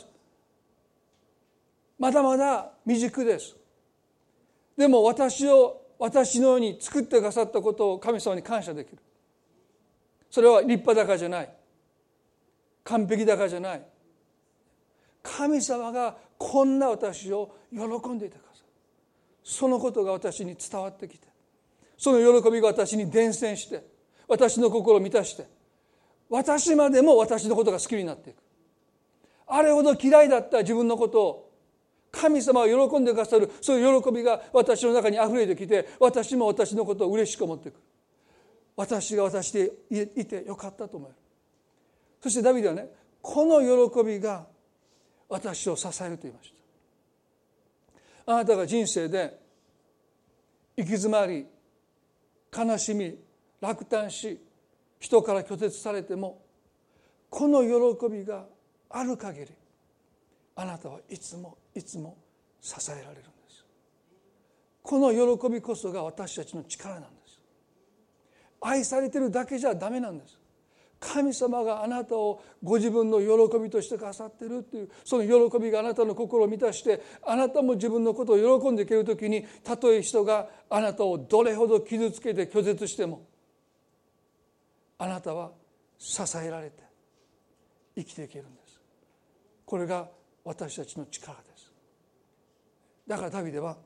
まだまだ未熟です。でも私を私のように作ってくださったことを神様に感謝できる。それは立派だからじゃない。完璧だからじゃない。神様がこんな私を喜んでいてくださる。そのことが私に伝わってきて、その喜びが私に伝染して、私の心を満たして、私までも私のことが好きになっていく。あれほど嫌いだった自分のことを神様が喜んでくださる、そういう喜びが私の中にあふれてきて、私も私のことを嬉しく思ってくる。私が私でいてよかったと思える。そしてダビデはね、この喜びが私を支えると言いました。あなたが人生で行き詰まり、悲しみ、落胆し、人から拒絶されても、この喜びがある限り、あなたはいつもいつも支えられるんです。この喜びこそが私たちの力なんです。愛されているだけじゃダメなんです。神様があなたをご自分の喜びとしてくださっているという、その喜びがあなたの心を満たして、あなたも自分のことを喜んでいけるときに、たとえ人があなたをどれほど傷つけて拒絶しても、あなたは支えられて生きていけるんです。これが私たちの力です。だからダビデは、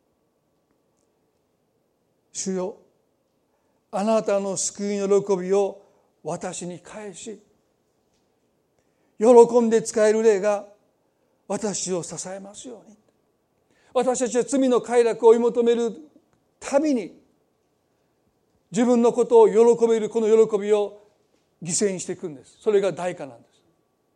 主よ、あなたの救いの喜びを私に返し、喜んで使える霊が私を支えますように。私たちは罪の快楽を追い求めるたびに、自分のことを喜べるこの喜びを犠牲にしていくんです。それが代価なんです。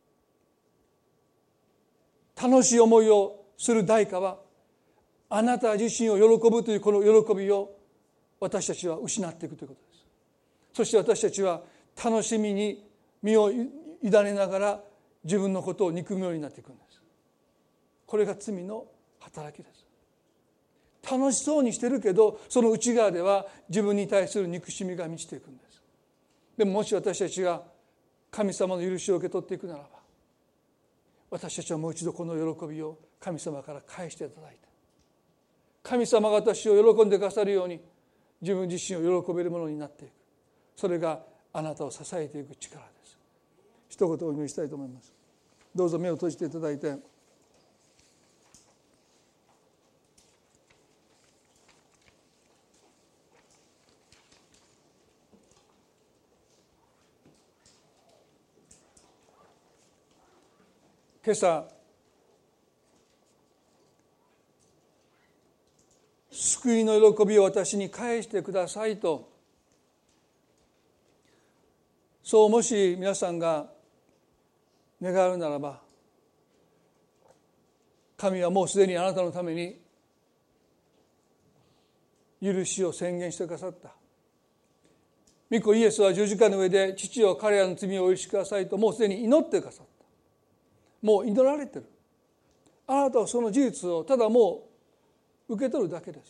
楽しい思いをする代価は、あなた自身を喜ぶというこの喜びを私たちは失っていくということです。そして私たちは楽しみに身を委ねながら自分のことを憎むようになっていくんです。これが罪の働きです。楽しそうにしてるけど、その内側では自分に対する憎しみが満ちていくんです。でももし私たちが神様の許しを受け取っていくならば、私たちはもう一度この喜びを神様から返していただいて、 神様が私を喜んでくださるように自分自身を喜べるものになっていく。それがあなたを支えていく力です。一言お祈りしたいと思います。どうぞ目を閉じていただいて、今朝救いの喜びを私に返してくださいと、そうもし皆さんが願うならば、神はもうすでにあなたのために許しを宣言してくださった。御子イエスは十字架の上で父よ彼らの罪をお許しくださいともうすでに祈ってくださった。もう祈られている。あなたはその事実をただもう受け取るだけです。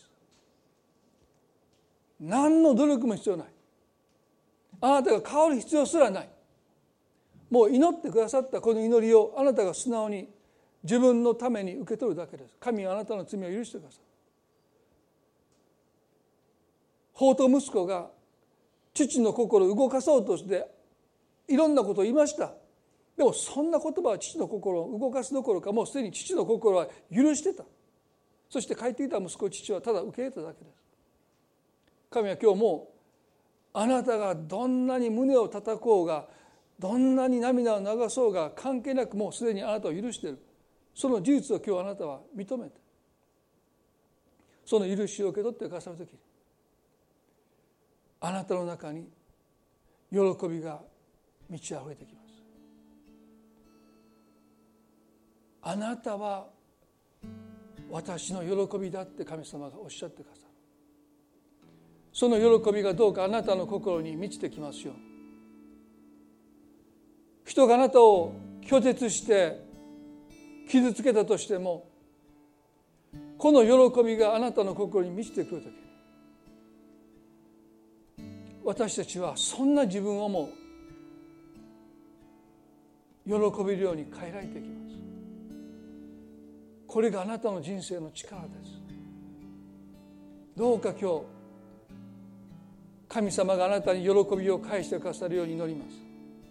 何の努力も必要ない。あなたが変わる必要すらない。もう祈ってくださったこの祈りをあなたが素直に自分のために受け取るだけです。神はあなたの罪を許してください。法と息子が父の心を動かそうとしていろんなことを言いました。でもそんな言葉は父の心を動かすどころかもうすでに父の心は許してた。そして帰ってきた息子父はただ受け入れただけです。神は今日もあなたがどんなに胸を叩こうがどんなに涙を流そうが関係なくもうすでにあなたを許している。その事実を今日あなたは認めてその許しを受け取ってくださるときあなたの中に喜びが満ち溢れてきます。あなたは私の喜びだって神様がおっしゃってくださる。その喜びがどうかあなたの心に満ちてきますように。人があなたを拒絶して傷つけたとしてもこの喜びがあなたの心に満ちてくるとき私たちはそんな自分をも喜べるように変えられていきます。これがあなたの人生の力です。どうか今日神様があなたに喜びを返してくださるように祈ります。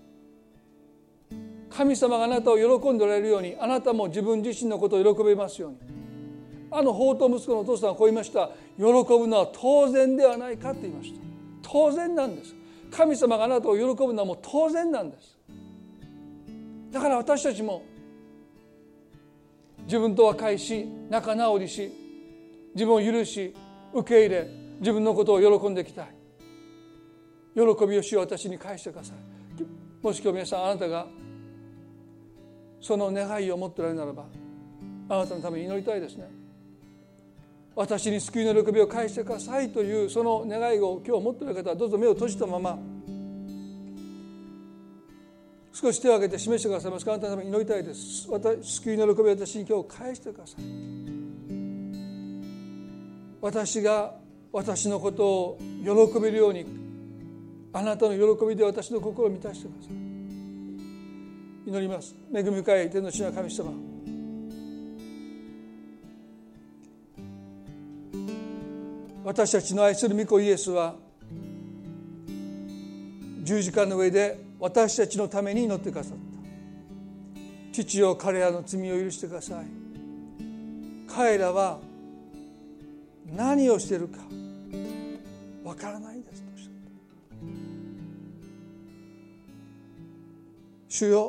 神様があなたを喜んでおられるようにあなたも自分自身のことを喜べますように。あの法と息子のお父さんはこう言いました。喜ぶのは当然ではないかと言いました。当然なんです。神様があなたを喜ぶのはもう当然なんです。だから私たちも自分と和解し仲直りし自分を許し受け入れ自分のことを喜んでいきたい。喜びを主よ私に返してください。もし今日皆さんあなたがその願いを持っておられるならばあなたのために祈りたいですね。私に救いの喜びを返してくださいというその願いを今日持っている方はどうぞ目を閉じたまま少し手を挙げて示してくださいますか。あなたのために祈りたいです。救いの喜びを私に今日返してください。私が私のことを喜べるようにあなたの喜びで私の心を満たしてください。祈ります。恵み深い天の父な神様、私たちの愛する御子イエスは十字架の上で私たちのために祈ってくださった。父よ彼らの罪を許してください。彼らは何をしているかわからないですとおっしゃった。主よ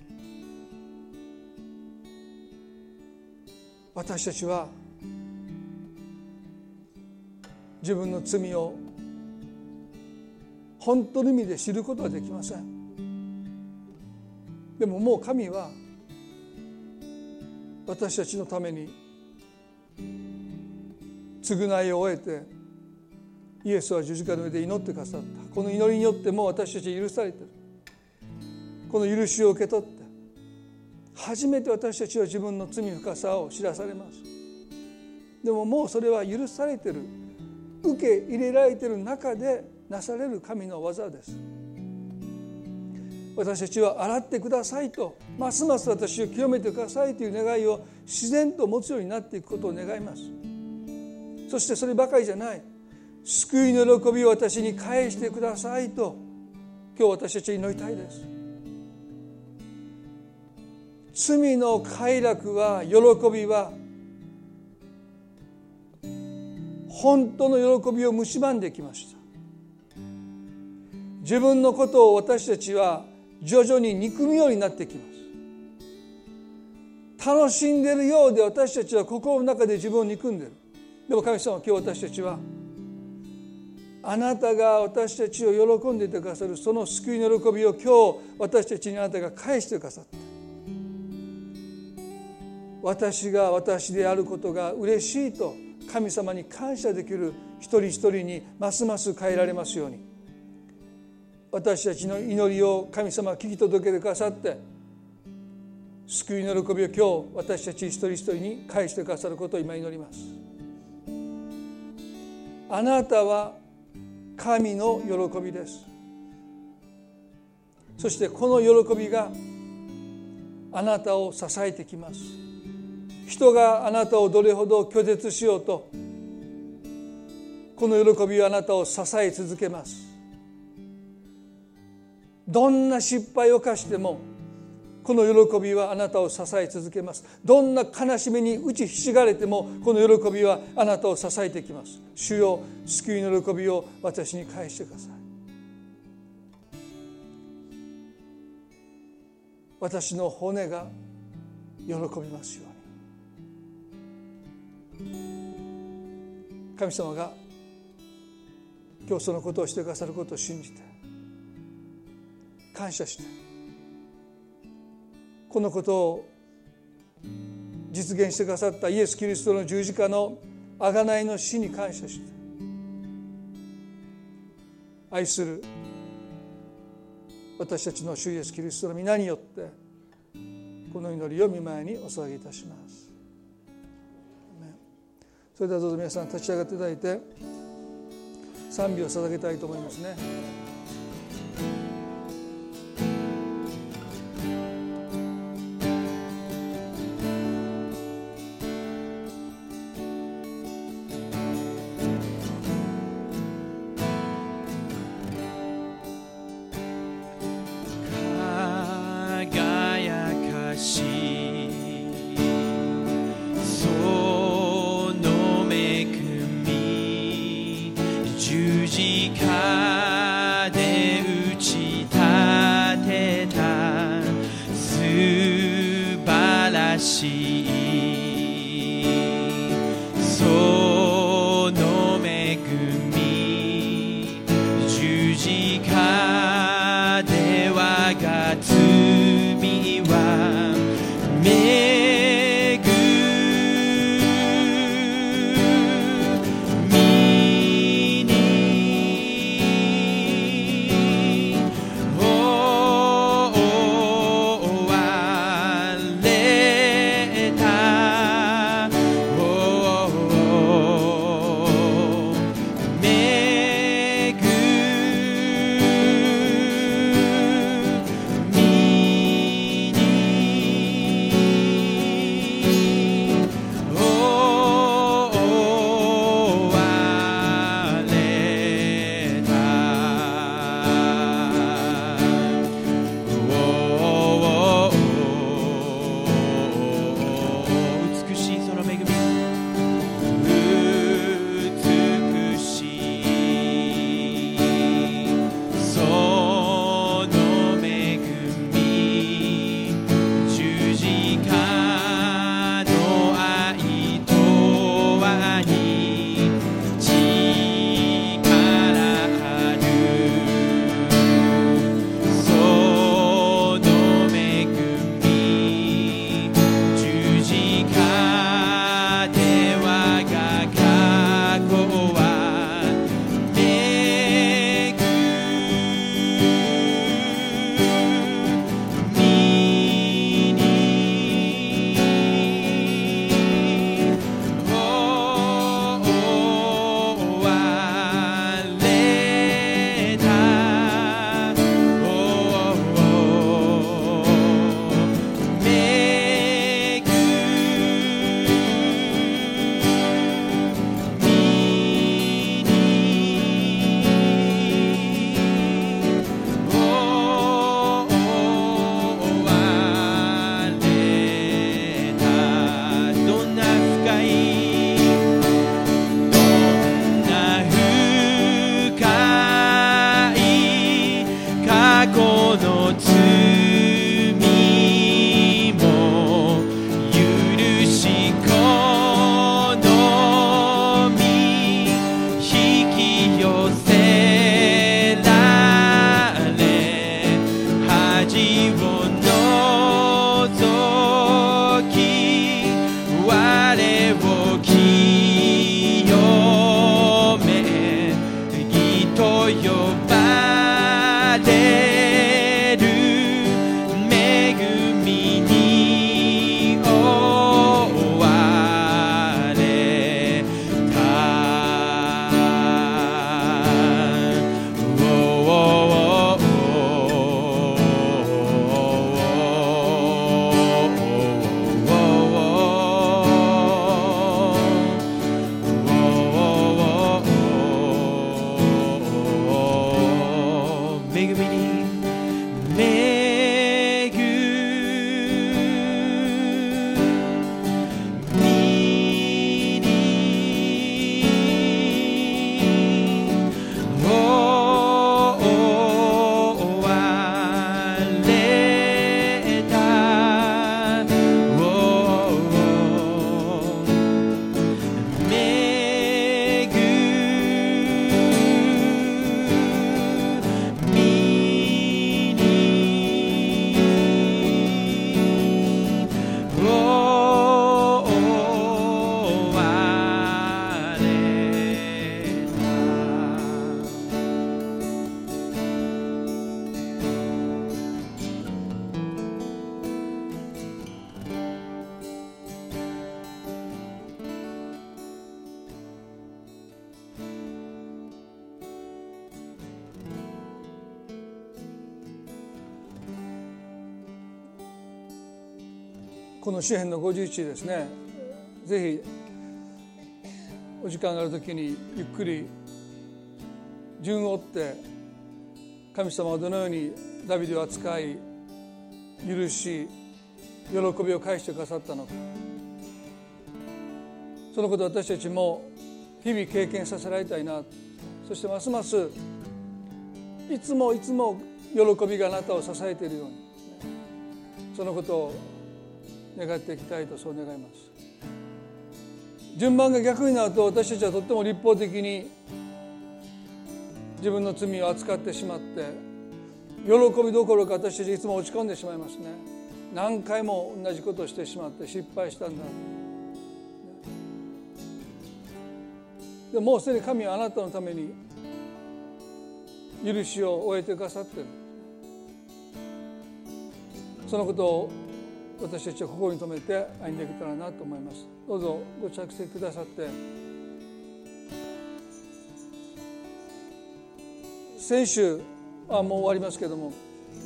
私たちは自分の罪を本当の意味で知ることはできません。でももう神は私たちのために償いを終えてイエスは十字架の上で祈ってくださった。この祈りによってもう私たち許されている。この許しを受け取って初めて私たちは自分の罪深さを知らされます。でももうそれは許されている受け入れられている中でなされる神の技です。私たちは洗ってくださいとますます私を清めてくださいという願いを自然と持つようになっていくことを願います。 そしてそればかりじゃない、救いの喜びを私に返してくださいと今日私たちは祈りたいです。罪の快楽は、喜びは本当の喜びを蝕んできました。自分のことを私たちは徐々に憎むようになってきます。楽しんでいるようで私たちは心の中で自分を憎んでいる。でも神様は今日私たちは、あなたが私たちを喜んでいてくださるその救いの喜びを今日私たちにあなたが返してくださった。私が私であることが嬉しいと神様に感謝できる一人一人にますます変えられますように、私たちの祈りを神様は聞き届けてくださって、救いの喜びを今日私たち一人一人に返してくださることを今祈ります。あなたは神の喜びです。そしてこの喜びがあなたを支えてきます。人があなたをどれほど拒絶しようと、この喜びはあなたを支え続けます。どんな失敗を犯してもこの喜びはあなたを支え続けます。どんな悲しみに打ちひしがれてもこの喜びはあなたを支えてきます。主よ、救いの喜びを私に返してください。私の骨が喜びますように。神様が今日そのことをしてくださることを信じて感謝して、このことを実現してくださったイエス・キリストの十字架の贖いの死に感謝して、愛する私たちの主イエス・キリストの皆によってこの祈りを御前にお捧げいたします。それではどうぞ皆さん立ち上がっていただいて賛美を捧げたいと思いますね。 「 この詩編の51ですね、ぜひお時間があるときにゆっくり順を追って神様はどのようにダビデを扱い許し喜びを返してくださったのか、そのことを私たちも日々経験させられたいな。そしてますますいつも喜びがあなたを支えているように、そのことを願っていきたいとそう願います。順番が逆になると私たちはとっても立法的に自分の罪を扱ってしまって喜びどころか私たちいつも落ち込んでしまいますね。何回も同じことをしてしまって失敗したんだ。でももうすでに神はあなたのために許しを終えてくださっている。そのことを私たちは心に留めて歩んでいけたらなと思います。どうぞご着席くださって。先週はもう終わりますけども、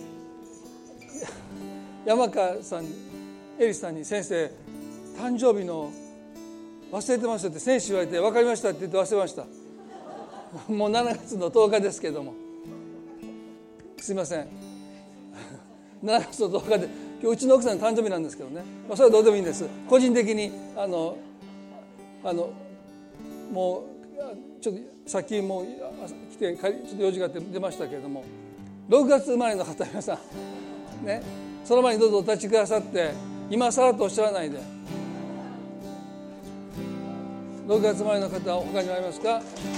山川さん、エリさんに先生誕生日の忘れてましたって先週言われて、分かりましたって言って忘れました。もう7月の10日ですけども、すいません。7月の10日で今日うちの奥さんの誕生日なんですけどね、それはどうでもいいんです。個人的にもうちょっとさっきもう来てちょっと用事があって出ましたけれども、6月生まれの方皆さんね、その前にどうぞお立ちくださって、今更とおっしゃらないで。6月生まれの方他にもありますか？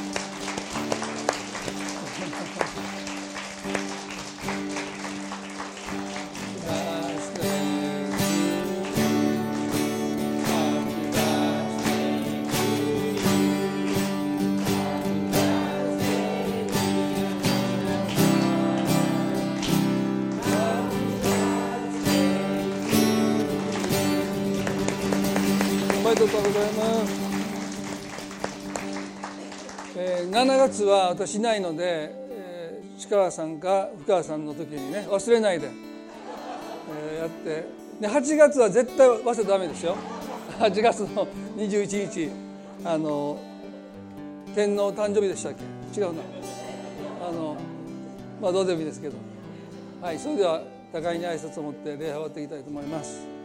おめでとうございます。7月は私いないので、力さんか深川さんの時にね忘れないで、やってで8月は絶対忘れてダメですよ。8月の21日天皇誕生日でしたっけ？違うな、どうでもいいですけど、はい、それでは互いに挨拶を持って礼拝を終わっていきたいと思います。